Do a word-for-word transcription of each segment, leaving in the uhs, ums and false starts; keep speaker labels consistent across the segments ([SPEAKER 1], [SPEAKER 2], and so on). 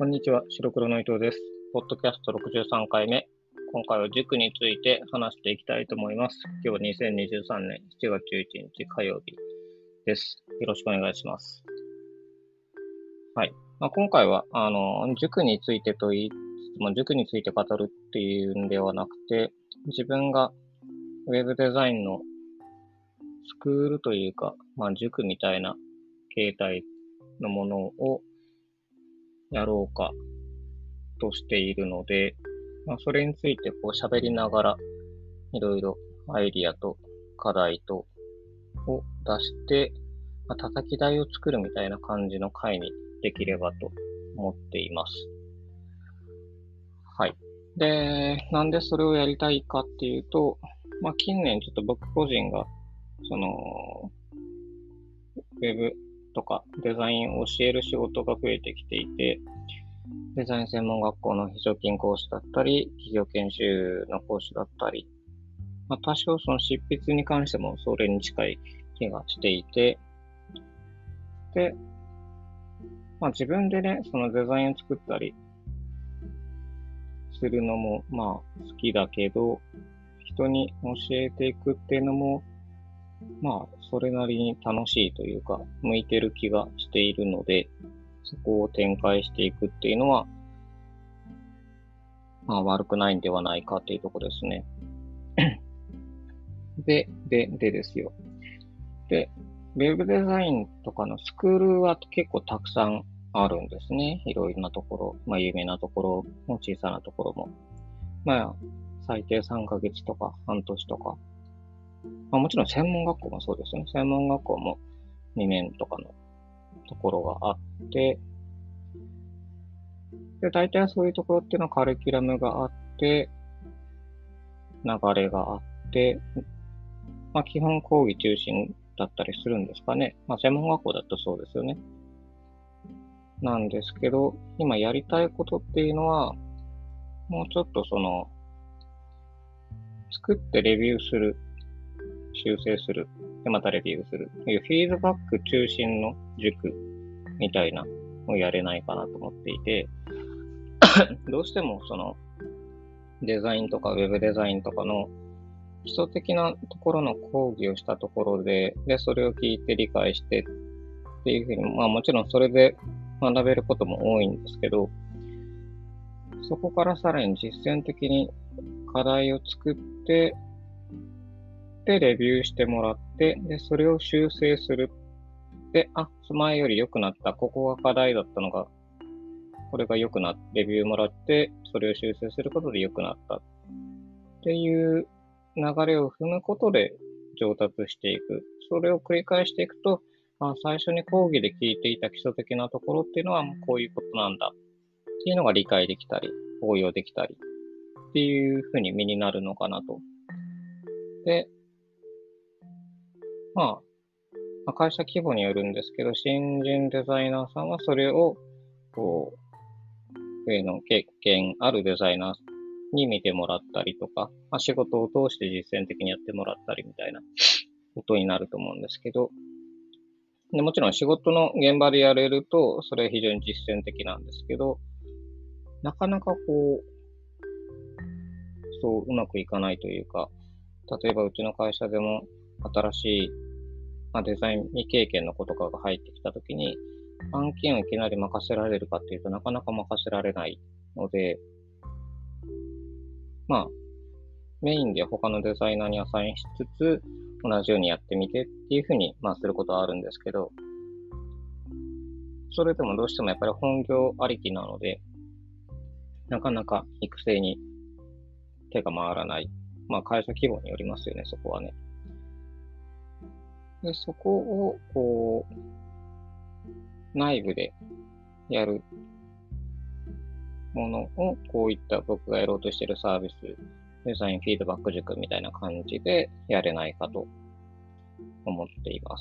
[SPEAKER 1] こんにちは、白黒の伊藤です。ポッドキャストろくじゅうさんかいめ。今回は塾について話していきたいと思います。今日はにせんにじゅうさんねんしちがつじゅういちにち火曜日です。よろしくお願いします。はい。まあ、今回は、あの、塾についてと言いつつも、塾について語るっていうんではなくて、自分がウェブデザインのスクールというか、まあ、塾みたいな形態のものをやろうかとしているので、まあ、それについてこう喋りながら、いろいろアイディアと課題とを出して、まあ、叩き台を作るみたいな感じの回にできればと思っています。はい。で、なんでそれをやりたいかっていうと、まあ、近年ちょっと僕個人が、その、ウェブとかデザインを教える仕事が増えてきていて、デザイン専門学校の非常勤講師だったり、企業研修の講師だったり、まあ、多少その執筆に関してもそれに近い気がしていて、で、まあ、自分でね、そのデザインを作ったりするのもまあ好きだけど、人に教えていくっていうのも、まあそれなりに楽しいというか、向いてる気がしているので、そこを展開していくっていうのは、まあ悪くないんではないかっていうところですね。で、で、でですよ。で、ウェブデザインとかのスクールは結構たくさんあるんですね。いろいろなところ、まあ有名なところも小さなところも。まあ最低さんかげつとか半年とか。まあもちろん専門学校もそうですよね。専門学校もにねんとかのところがあって、で、大体そういうところっていうのはカリキュラムがあって、流れがあって、まあ基本講義中心だったりするんですかね。まあ専門学校だとそうですよね。なんですけど、今やりたいことっていうのは、もうちょっとその、作ってレビューする、修正する、でまたレビューするというフィードバック中心の塾みたいなのをやれないかなと思っていて、どうしてもその、デザインとかウェブデザインとかの基礎的なところの講義をしたところで、で、それを聞いて理解してっていうふうに、まあもちろんそれで学べることも多いんですけど、そこからさらに実践的に課題を作って、で、レビューしてもらって、で、それを修正する。で、あ、前より良くなった。ここが課題だったのが、これが良くなって、レビューもらって、それを修正することで良くなった。っていう流れを踏むことで上達していく。それを繰り返していくと、あ、最初に講義で聞いていた基礎的なところっていうのはこういうことなんだっていうのが理解できたり、応用できたりっていうふうに身になるのかなと。で、まあ、会社規模によるんですけど、新人デザイナーさんはそれを、こう、上の経験あるデザイナーに見てもらったりとか、まあ、仕事を通して実践的にやってもらったりみたいなことになると思うんですけど、でもちろん仕事の現場でやれると、それは非常に実践的なんですけど、なかなかこう、そううまくいかないというか、例えばうちの会社でも新しい、まあ、デザイン未経験の子とかが入ってきたときに、案件をいきなり任せられるかっていうとなかなか任せられないので、まあ、メインで他のデザイナーにアサインしつつ、同じようにやってみてっていうふうに、まあ、することはあるんですけど、それでもどうしてもやっぱり本業ありきなので、なかなか育成に手が回らない。まあ、会社規模によりますよね、そこはね。で、そこを、こう、内部でやるものを、こういった僕がやろうとしているサービス、デザインフィードバック塾みたいな感じでやれないかと思っています。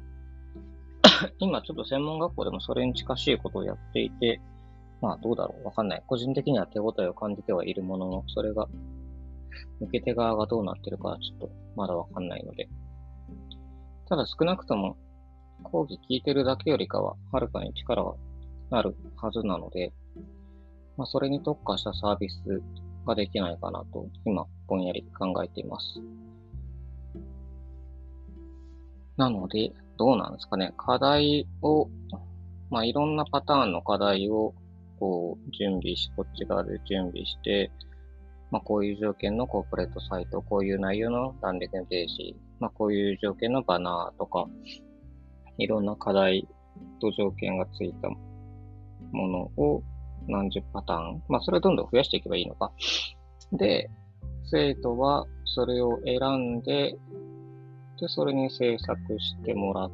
[SPEAKER 1] 今ちょっと専門学校でもそれに近しいことをやっていて、まあどうだろうわかんない。個人的には手応えを感じてはいるものの、それが、受け手側がどうなってるかはちょっとまだわかんないので。ただ少なくとも講義聞いてるだけよりかは、はるかに力はなるはずなので、まあ、それに特化したサービスができないかなと、今、ぼんやり考えています。なので、どうなんですかね。課題を、まあ、いろんなパターンの課題を、こう、準備し、こっち側で準備して、まあ、こういう条件のコーポレートサイト、こういう内容のランディングページ、まあ、こういう条件のバナーとか、いろんな課題と条件がついたものを何十パターン、まあ、それをどんどん増やしていけばいいのか。で、生徒はそれを選んで、で、それに制作してもらって、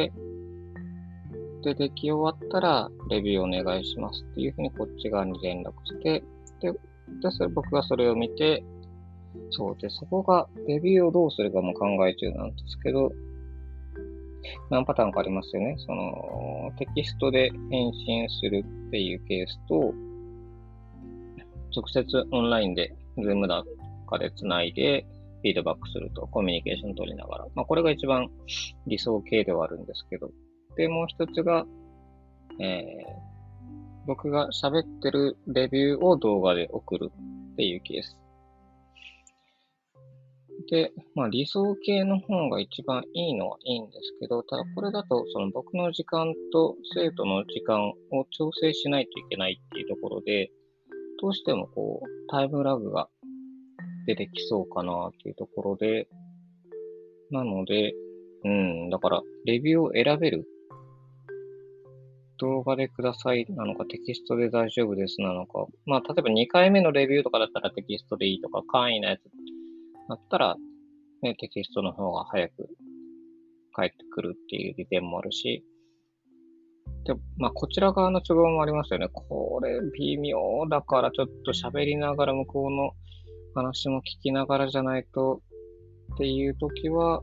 [SPEAKER 1] で、出来終わったら、レビューお願いしますっていうふうにこっち側に連絡して、で、でそれ僕がそれを見て、そうで、そこが、レビューをどうするかも考え中なんですけど、何パターンかありますよね。その、テキストで返信するっていうケースと、直接オンラインで、ズームだかで繋いで、フィードバックすると、コミュニケーション取りながら。まあ、これが一番理想形ではあるんですけど。で、もう一つが、えー、僕が喋ってるレビューを動画で送るっていうケース。で、まあ理想形の方が一番いいのはいいんですけど、ただこれだとその僕の時間と生徒の時間を調整しないといけないっていうところで、どうしてもこうタイムラグが出てきそうかなっていうところで、なので、うん、だからレビューを選べる動画でくださいなのかテキストで大丈夫ですなのか、まあ例えばにかいめのレビューとかだったらテキストでいいとか、簡易なやつだったら、ね、テキストの方が早く返ってくるっていう利点もあるし、で、まあ、こちら側の都合もありますよね。これ、微妙だからちょっと喋りながら向こうの話も聞きながらじゃないとっていう時は、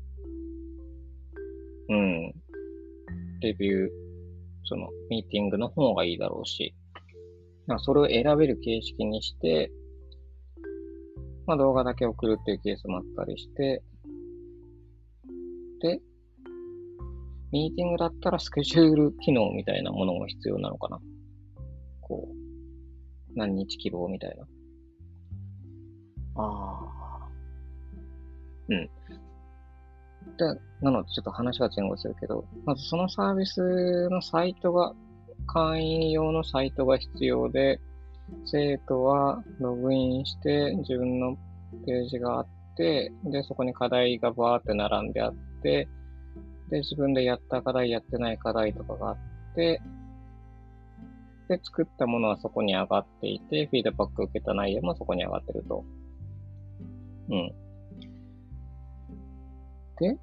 [SPEAKER 1] うん、レビュー、その、ミーティングの方がいいだろうし、まあ、それを選べる形式にして、まあ、動画だけ送るっていうケースもあったりして、で、ミーティングだったらスケジュール機能みたいなものが必要なのかな。こう、何日希望みたいな。ああ。うん。で、なのでちょっと話が前後するけど、まずそのサービスのサイトが、会員用のサイトが必要で、生徒はログインして自分のページがあって、で、そこに課題がバーって並んであって、で、自分でやった課題、やってない課題とかがあって、で、作ったものはそこに上がっていて、フィードバック受けた内容もそこに上がってると。うん。で、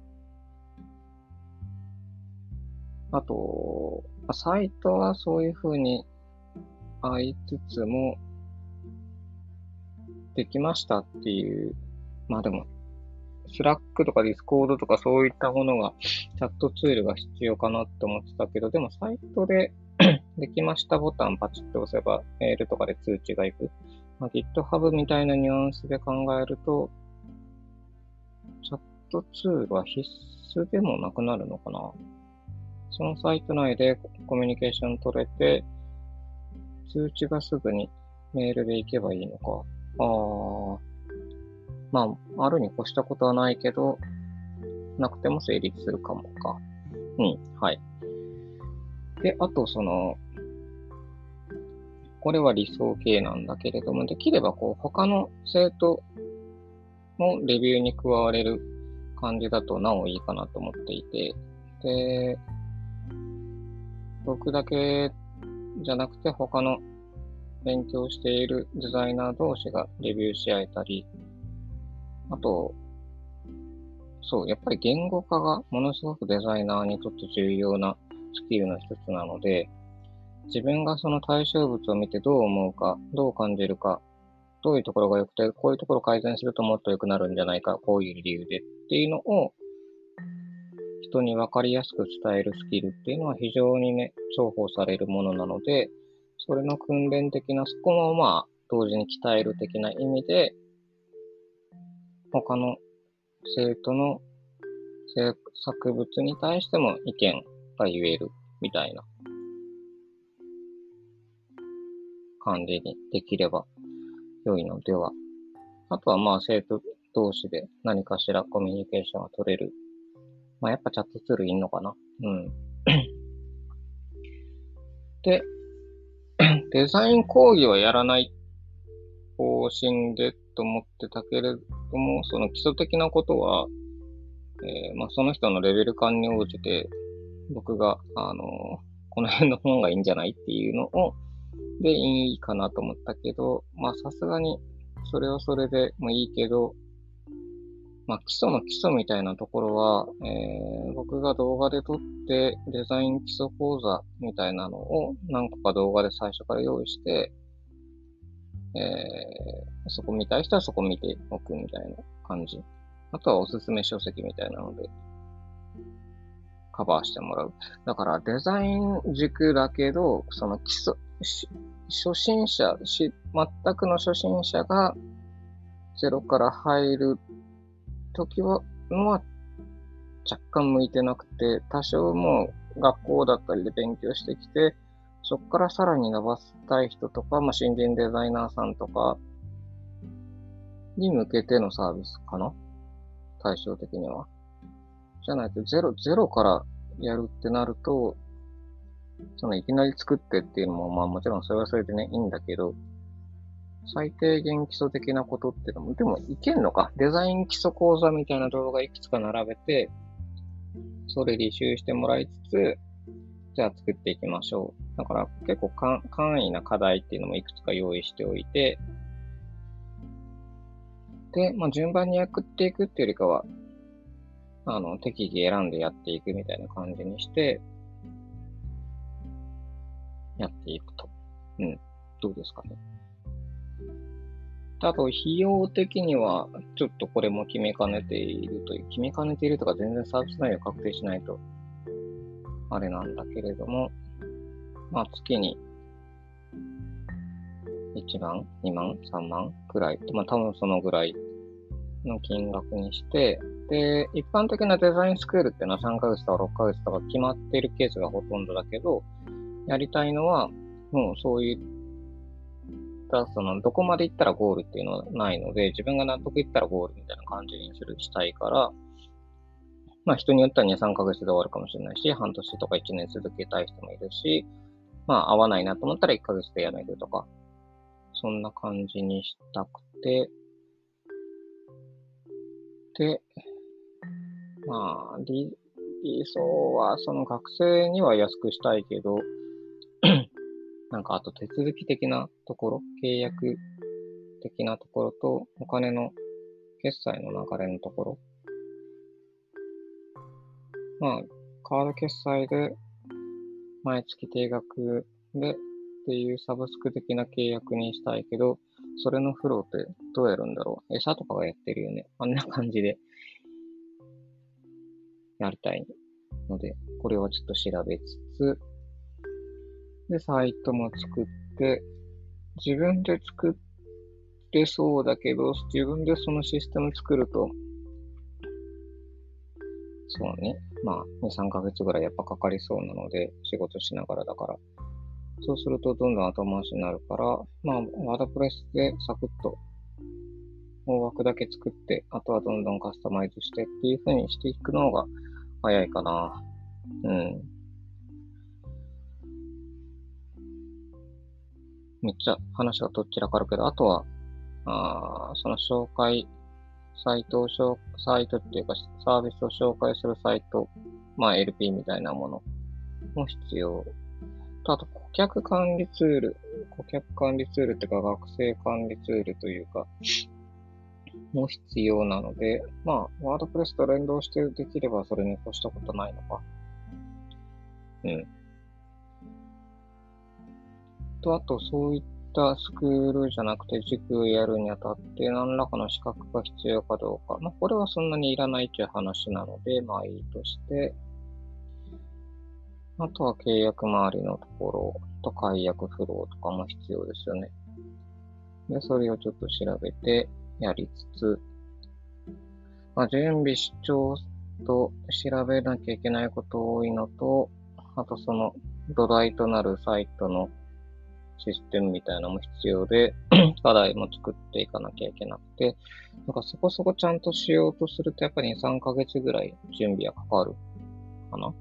[SPEAKER 1] あと、サイトはそういう風にあいつつも、できましたっていう、まあでも、スラックとかディスコードとかそういったものが、チャットツールが必要かなって思ってたけど、でもサイトでできましたボタンパチッと押せばメールとかで通知がいく。まあ、GitHub みたいなニュアンスで考えると、チャットツールは必須でもなくなるのかな。そのサイト内でコミュニケーション取れて、通知がすぐにメールで行けばいいのか。ああ。まあ、あるに越したことはないけど、なくても成立するかもか。うん、はい。で、あとその、これは理想形なんだけれども、できればこう、他の生徒もレビューに加われる感じだとなおいいかなと思っていて、で、僕だけじゃなくて他の勉強しているデザイナー同士がレビューし合えたり、あと、そう、やっぱり言語化がものすごくデザイナーにとって重要なスキルの一つなので、自分がその対象物を見てどう思うか、どう感じるか、どういうところが良くて、こういうところを改善するともっと良くなるんじゃないか、こういう理由でっていうのを人に分かりやすく伝えるスキルっていうのは非常にね、重宝されるものなので、それの訓練的な、そこもまあ、同時に鍛える的な意味で、他の生徒の制作物に対しても意見が言えるみたいな。 感じにできれば良いのでは。あとはまあ生徒同士で何かしらコミュニケーションが取れる。まあやっぱチャットツールいいのかな。うん。で、デザイン講義はやらない方針でと思ってたけれども、その基礎的なことは、えー、まあその人のレベル感に応じて、僕が、あのー、この辺の本がいいんじゃないっていうのを、でいいかなと思ったけど、まあさすがにそれはそれでもいいけど、まあ基礎の基礎みたいなところは、えー、僕が動画で撮ってデザイン基礎講座みたいなのを何個か動画で最初から用意して、えー、そこ見たい人はそこ見ておくみたいな感じ。あとはおすすめ書籍みたいなのでカバーしてもらう。だからデザイン軸だけど、その基礎、初心者、し、全くの初心者がゼロから入るときは、まあ、若干向いてなくて、多少もう学校だったりで勉強してきて、そこからさらに伸ばしたい人とか、まあ、新人デザイナーさんとかに向けてのサービスかな、対照的には。じゃないと、ゼロ、ゼロからやるってなると、そのいきなり作ってっていうのも、まあもちろんそれはそれでね、いいんだけど、最低限基礎的なことっていうのも、でもいけんのか。デザイン基礎講座みたいな動画いくつか並べて、それ履修してもらいつつ、じゃあ作っていきましょう。だから結構簡易な課題っていうのもいくつか用意しておいて、で、まあ順番にやっていくっていうよりかは、あの、適宜選んでやっていくみたいな感じにして、やっていくと。うん。どうですかね。あと、費用的には、ちょっとこれも決めかねているという、決めかねているとか全然サービス内容確定しないと、あれなんだけれども、まあ月にいちまん、にまん、さんまんくらい、まあ多分そのぐらいの金額にして、で、一般的なデザインスクールっていうのはさんかげつとかろっかげつとか決まっているケースがほとんどだけど、やりたいのは、もうそういった、その、どこまで行ったらゴールっていうのはないので、自分が納得いったらゴールみたいな感じにする、したいから、まあ人によってはに、さんかげつで終わるかもしれないし、半年とかいちねん続けたい人もいるし、まあ合わないなと思ったらいっかげつでやめるとか、そんな感じにしたくて、で、まあ、理、理想はその学生には安くしたいけど、なんかあと手続き的なところ、契約的なところと、お金の決済の流れのところ。まあ、カード決済で、毎月定額でっていうサブスク的な契約にしたいけど、それのフローってどうやるんだろう。餌とかがやってるよね。あんな感じでやりたいので、これをちょっと調べつつ、で、サイトも作って、自分で作ってそうだけど、自分でそのシステム作ると、そうね、まあ、に、さんかげつぐらいやっぱかかりそうなので、仕事しながらだから。そうするとどんどん後回しになるから、まあ、ワードプレスでサクッと大枠だけ作って、あとはどんどんカスタマイズしてっていう風にしていくのが早いかな。うん。めっちゃ話がどっちらかあるけど、あとは、あその紹介、サイトを紹、サイトっていうかサービスを紹介するサイト、まあ エルピー みたいなものも必要。あと、顧客管理ツール、顧客管理ツールっていうか学生管理ツールというか、も必要なので、まあ、ワードプレスと連動してできればそれに越したことないのか。うん。と、あと、そういったスクールじゃなくて塾をやるにあたって何らかの資格が必要かどうか。まあ、これはそんなにいらないという話なので、まあいいとして、あとは契約周りのところと解約フローとかも必要ですよね。で、それをちょっと調べてやりつつ、まあ、準備主張と調べなきゃいけないこと多いのと、あとその土台となるサイトのシステムみたいなのも必要で、課題も作っていかなきゃいけなくて、なんかそこそこちゃんとしようとすると、やっぱりに、さんかげつぐらい準備はかかるかな。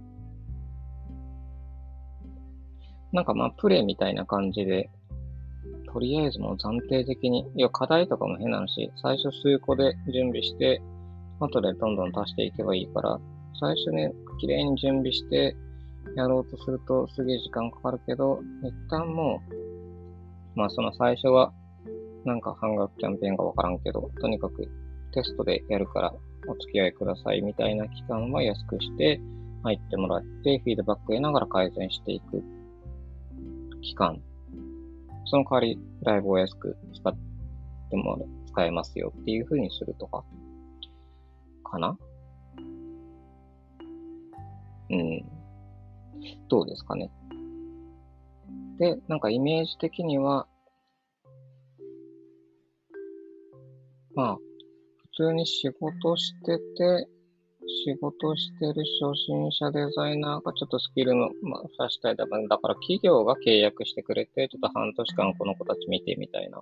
[SPEAKER 1] なんかまあ、プレイみたいな感じで、とりあえずもう暫定的に、いや、課題とかも変な話、最初数個で準備して、後でどんどん足していけばいいから、最初ね、綺麗に準備して、やろうとするとすげえ時間かかるけど、一旦もう、まあその最初は、なんか半額キャンペーンがわからんけど、とにかくテストでやるからお付き合いくださいみたいな期間は安くして、入ってもらって、フィードバック得ながら改善していく期間。その代わり、だいぶお安く使っても使えますよっていう風にするとか、かな？うん。どうですかね。で、なんかイメージ的には、まあ、普通に仕事してて、仕事してる初心者デザイナーがちょっとスキルの、まあ、差したいだから、だから企業が契約してくれて、ちょっと半年間この子たち見てみたいな、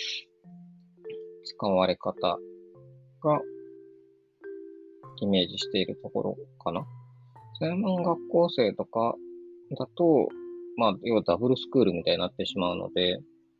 [SPEAKER 1] 使われ方がイメージしているところかな。専門学校生とかだと、まあ、要はダブルスクールみたいになってしまうので、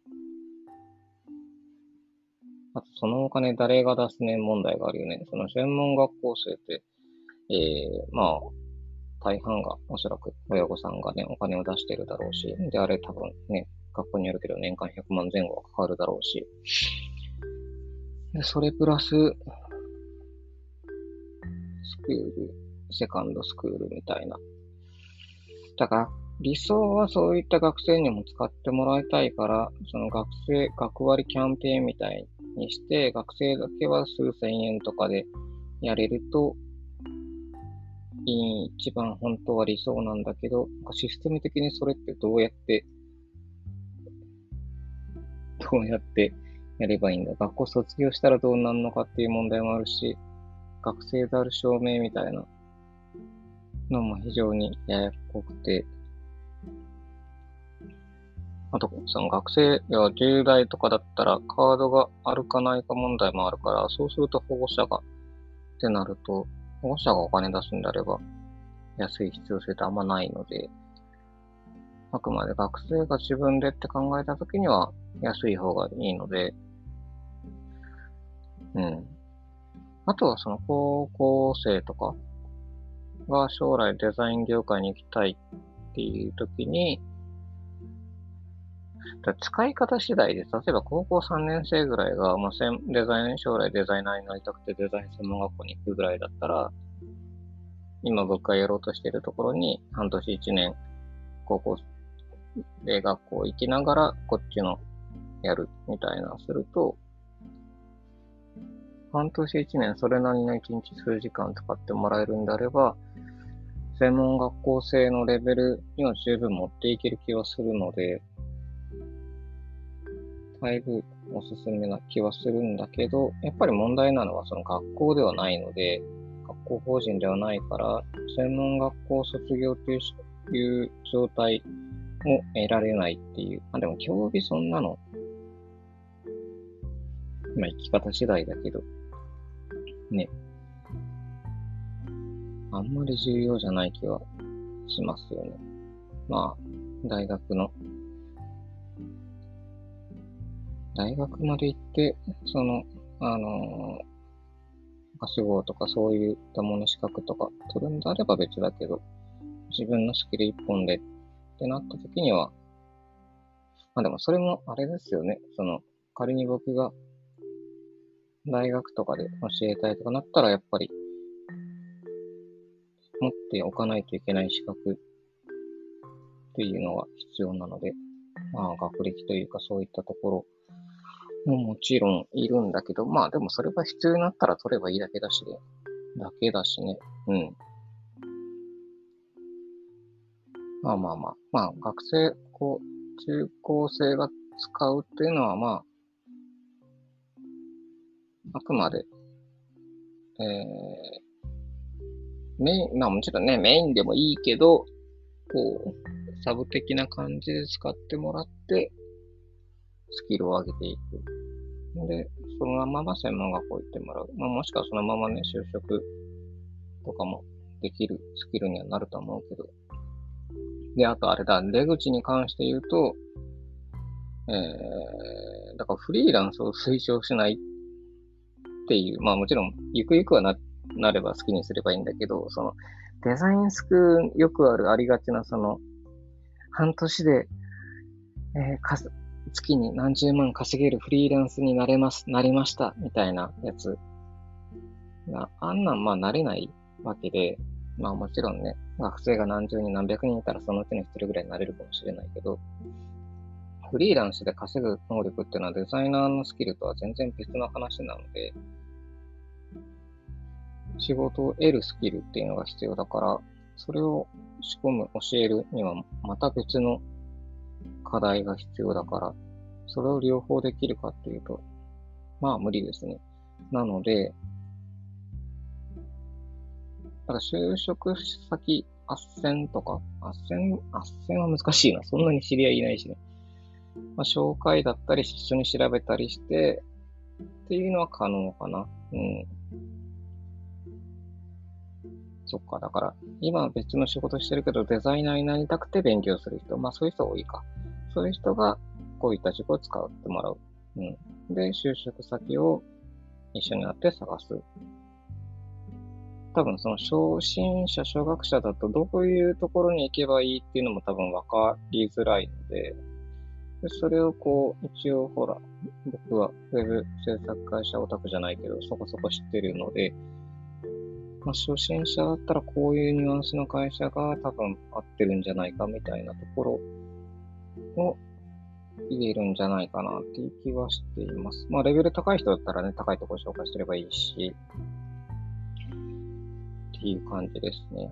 [SPEAKER 1] あとそのお金誰が出すね問題があるよね。その専門学校生って、えー、まあ、大半がおそらく親御さんがね、お金を出してるだろうし、で、あれ多分ね、学校によるけど年間ひゃくまんぜん後はかかるだろうし、でそれプラス、スクール、セカンドスクールみたいな。だから、理想はそういった学生にも使ってもらいたいから、その学生、学割キャンペーンみたいにして、学生だけは数千円とかでやれると、いい一番本当は理想なんだけど、システム的にそれってどうやって、どうやってやればいいんだ。学校卒業したらどうなるのかっていう問題もあるし、学生である証明みたいなのも非常にややこくて、あと、その学生やじゅう代とかだったらカードがあるかないか問題もあるから、そうすると保護者がってなると、保護者がお金出すんであれば安い必要性ってあんまないので、あくまで学生が自分でって考えたときには安い方がいいので、うん。あとはその高校生とかが将来デザイン業界に行きたいっていうときに、使い方次第です。例えば高校さんねん生ぐらいが、まあ、デザイン、将来デザイナーになりたくてデザイン専門学校に行くぐらいだったら、今僕がやろうとしているところに半年いちねん高校で学校行きながらこっちのやるみたいなすると、半年いちねんそれなりのいちにち数時間使ってもらえるんであれば、専門学校生のレベルには十分持っていける気はするので、だいぶおすすめな気はするんだけど、やっぱり問題なのはその学校ではないので、学校法人ではないから、専門学校卒業という状態を得られないっていう。まあでも競技そんなの、まあ生き方次第だけど、ね。あんまり重要じゃない気はしますよね。まあ、大学の、大学まで行って、その、あのー、博士号とかそういったもの資格とか取るんであれば別だけど、自分のスキル一本でってなった時には、まあでもそれもあれですよね。その、仮に僕が大学とかで教えたいとかなったらやっぱり持っておかないといけない資格っていうのが必要なので、まあ学歴というかそういったところももちろんいるんだけど、まあでもそれが必要になったら取ればいいだけだしね。だけだしね。うん。まあまあまあ。まあ学生、こう、中高生が使うっていうのはまあ、あくまで、えー、メイン、まあもちろんね、メインでもいいけど、こう、 サブ的な感じで使ってもらって、スキルを上げていく。で、そのまま専門学校行ってもらう。まあ、もしくはそのままね、就職とかもできるスキルにはなると思うけど。で、あとあれだ、出口に関して言うと、えー、だからフリーランスを推奨しないっていう、まあもちろん、ゆくゆくはな、なれば好きにすればいいんだけど、その、デザインスクールよくあるありがちな、その、半年で、えー、かす、月に何十万稼げるフリーランスになれます、なりました、みたいなやつが、あんなんまあなれないわけで、まあもちろんね、学生が何十人何百人いたらそのうちの一人ぐらいになれるかもしれないけど、フリーランスで稼ぐ能力っていうのはデザイナーのスキルとは全然別の話なので、仕事を得るスキルっていうのが必要だから、それを仕込む、教えるにはまた別の課題が必要だから、それを両方できるかっていうと、まあ無理ですね。なので、だから就職先、斡旋とか、斡旋、斡旋は難しいな。そんなに知り合いいないしね。まあ、紹介だったり、一緒に調べたりして、っていうのは可能かな。うん。そっか。だから、今は別の仕事してるけど、デザイナーになりたくて勉強する人。まあそういう人多いか。そういう人が、こういった塾を使ってもらう。うん。で、就職先を一緒になって探す。多分その初心者、初学者だとどういうところに行けばいいっていうのも多分分かりづらいので、でそれをこう、一応ほら、僕はウェブ制作会社オタクじゃないけど、そこそこ知ってるので、まあ、初心者だったらこういうニュアンスの会社が多分合ってるんじゃないかみたいなところを言えるんじゃないかなっていう気はしています。まあレベル高い人だったらね、高いところ紹介すればいいし、っていう感じですね。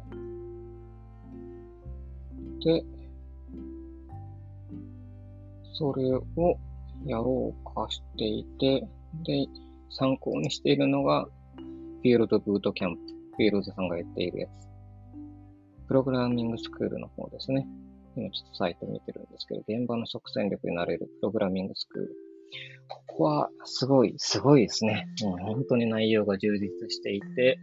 [SPEAKER 1] で、それをやろうかしていて、で、参考にしているのが、フィールドブートキャンプ。フィールドさんがやっているやつ。プログラミングスクールの方ですね。今ちょっとサイト見てるんですけど、現場の即戦力になれるプログラミングスクール。ここはすごい、すごいですね。もう本当に内容が充実していて、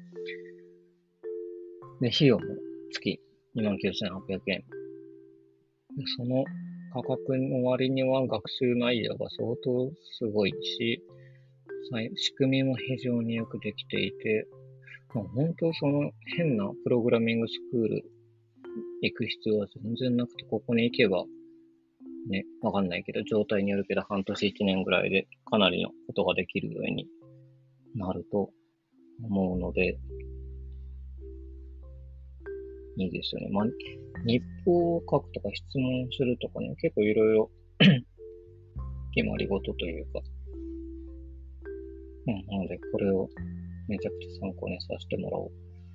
[SPEAKER 1] で、費用も月にまんきゅうせんはっぴゃくえん。でその価格の割には学習内容が相当すごいし、仕組みも非常によくできていて、まあ、本当その変なプログラミングスクール行く必要は全然なくて、ここに行けば、ね、わかんないけど、状態によるけど半年一年ぐらいでかなりのことができるようになると思うので、いいですよね。まあ、日報を書くとか質問するとかね、結構いろいろ決まり事というか、うん、なのでこれをめちゃくちゃ参考にさせてもらおう。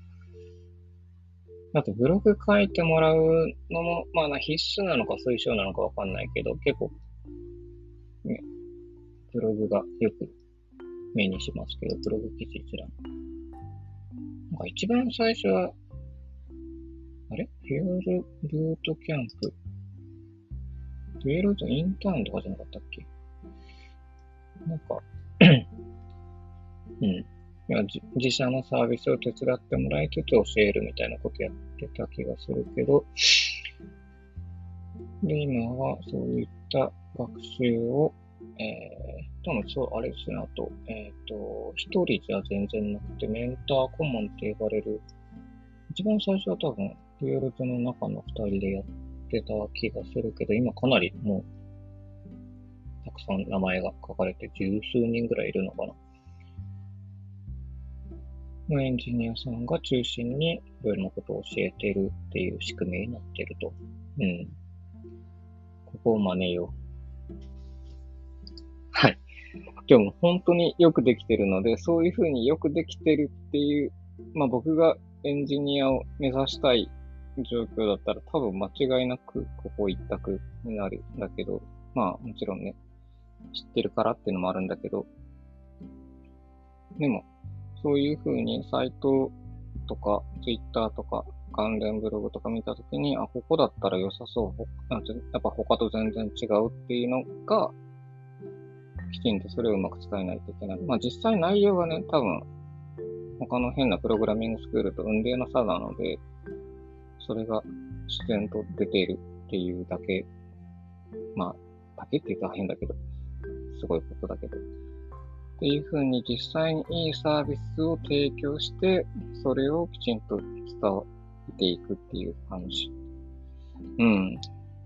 [SPEAKER 1] あとブログ書いてもらうのも、まあ必須なのか推奨なのかわかんないけど、結構、ね、ブログがよく目にしますけど、ブログ記事一覧。なんか一番最初は、あれフィールドブートキャンプ。フィールドインターンとかじゃなかったっけなんか、うん。自社のサービスを手伝ってもらいつつ教えるみたいなことやってた気がするけど、で、今はそういった学習を、えー、多分そう、あれですね、あと、えっと、一人じゃ全然なくて、メンター顧問って呼ばれる、一番最初は多分、フィールドの中の二人でやってた気がするけど、今かなりもう、たくさん名前が書かれて十数人ぐらいいるのかな。のエンジニアさんが中心にいろいろなことを教えているっていう仕組みになっていると。うん。ここを真似よう。はい。でも本当によくできてるので、そういうふうによくできてるっていう、まあ僕がエンジニアを目指したい状況だったら多分間違いなくここ一択になるんだけど、まあもちろんね、知ってるからっていうのもあるんだけど、でも、そういう風にサイトとかツイッターとか関連ブログとか見たときに、あ、ここだったら良さそう。やっぱ他と全然違うっていうのが、きちんとそれをうまく伝えないといけない。まあ実際内容はね、多分、他の変なプログラミングスクールと雲泥の差なので、それが自然と出ているっていうだけ、まあ、だけって言ったら変だけど、すごいことだけど。っていう風に実際にいいサービスを提供して、それをきちんと伝えていくっていう感じ。うん。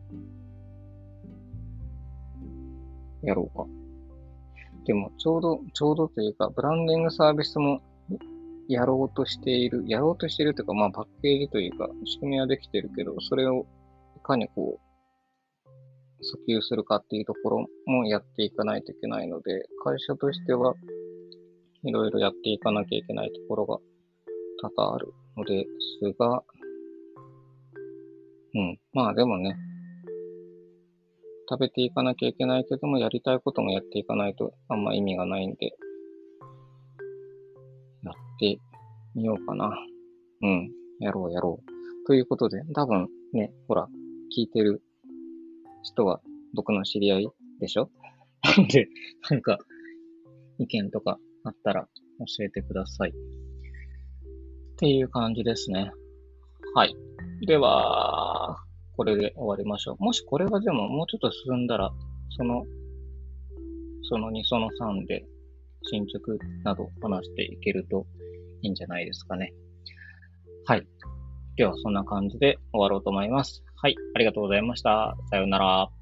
[SPEAKER 1] やろうか。でも、ちょうど、ちょうどというか、ブランディングサービスもやろうとしている、やろうとしているというか、まあ、パッケージというか、仕組みはできてるけど、それをいかにこう、訴求するかっていうところもやっていかないといけないので、会社としてはいろいろやっていかなきゃいけないところが多々あるのですが、うん。まあでもね、食べていかなきゃいけないけども、やりたいこともやっていかないとあんま意味がないんで、やってみようかな。うん。やろうやろう。ということで、多分ね、ほら、聞いてる人は僕の知り合いでしょで、なんか、意見とかあったら教えてください。っていう感じですね。はい。では、これで終わりましょう。もしこれがでももうちょっと進んだら、その、そのに、そのさんで進捗など話していけるといいんじゃないですかね。はい。では、そんな感じで終わろうと思います。はい。ありがとうございました。さようなら。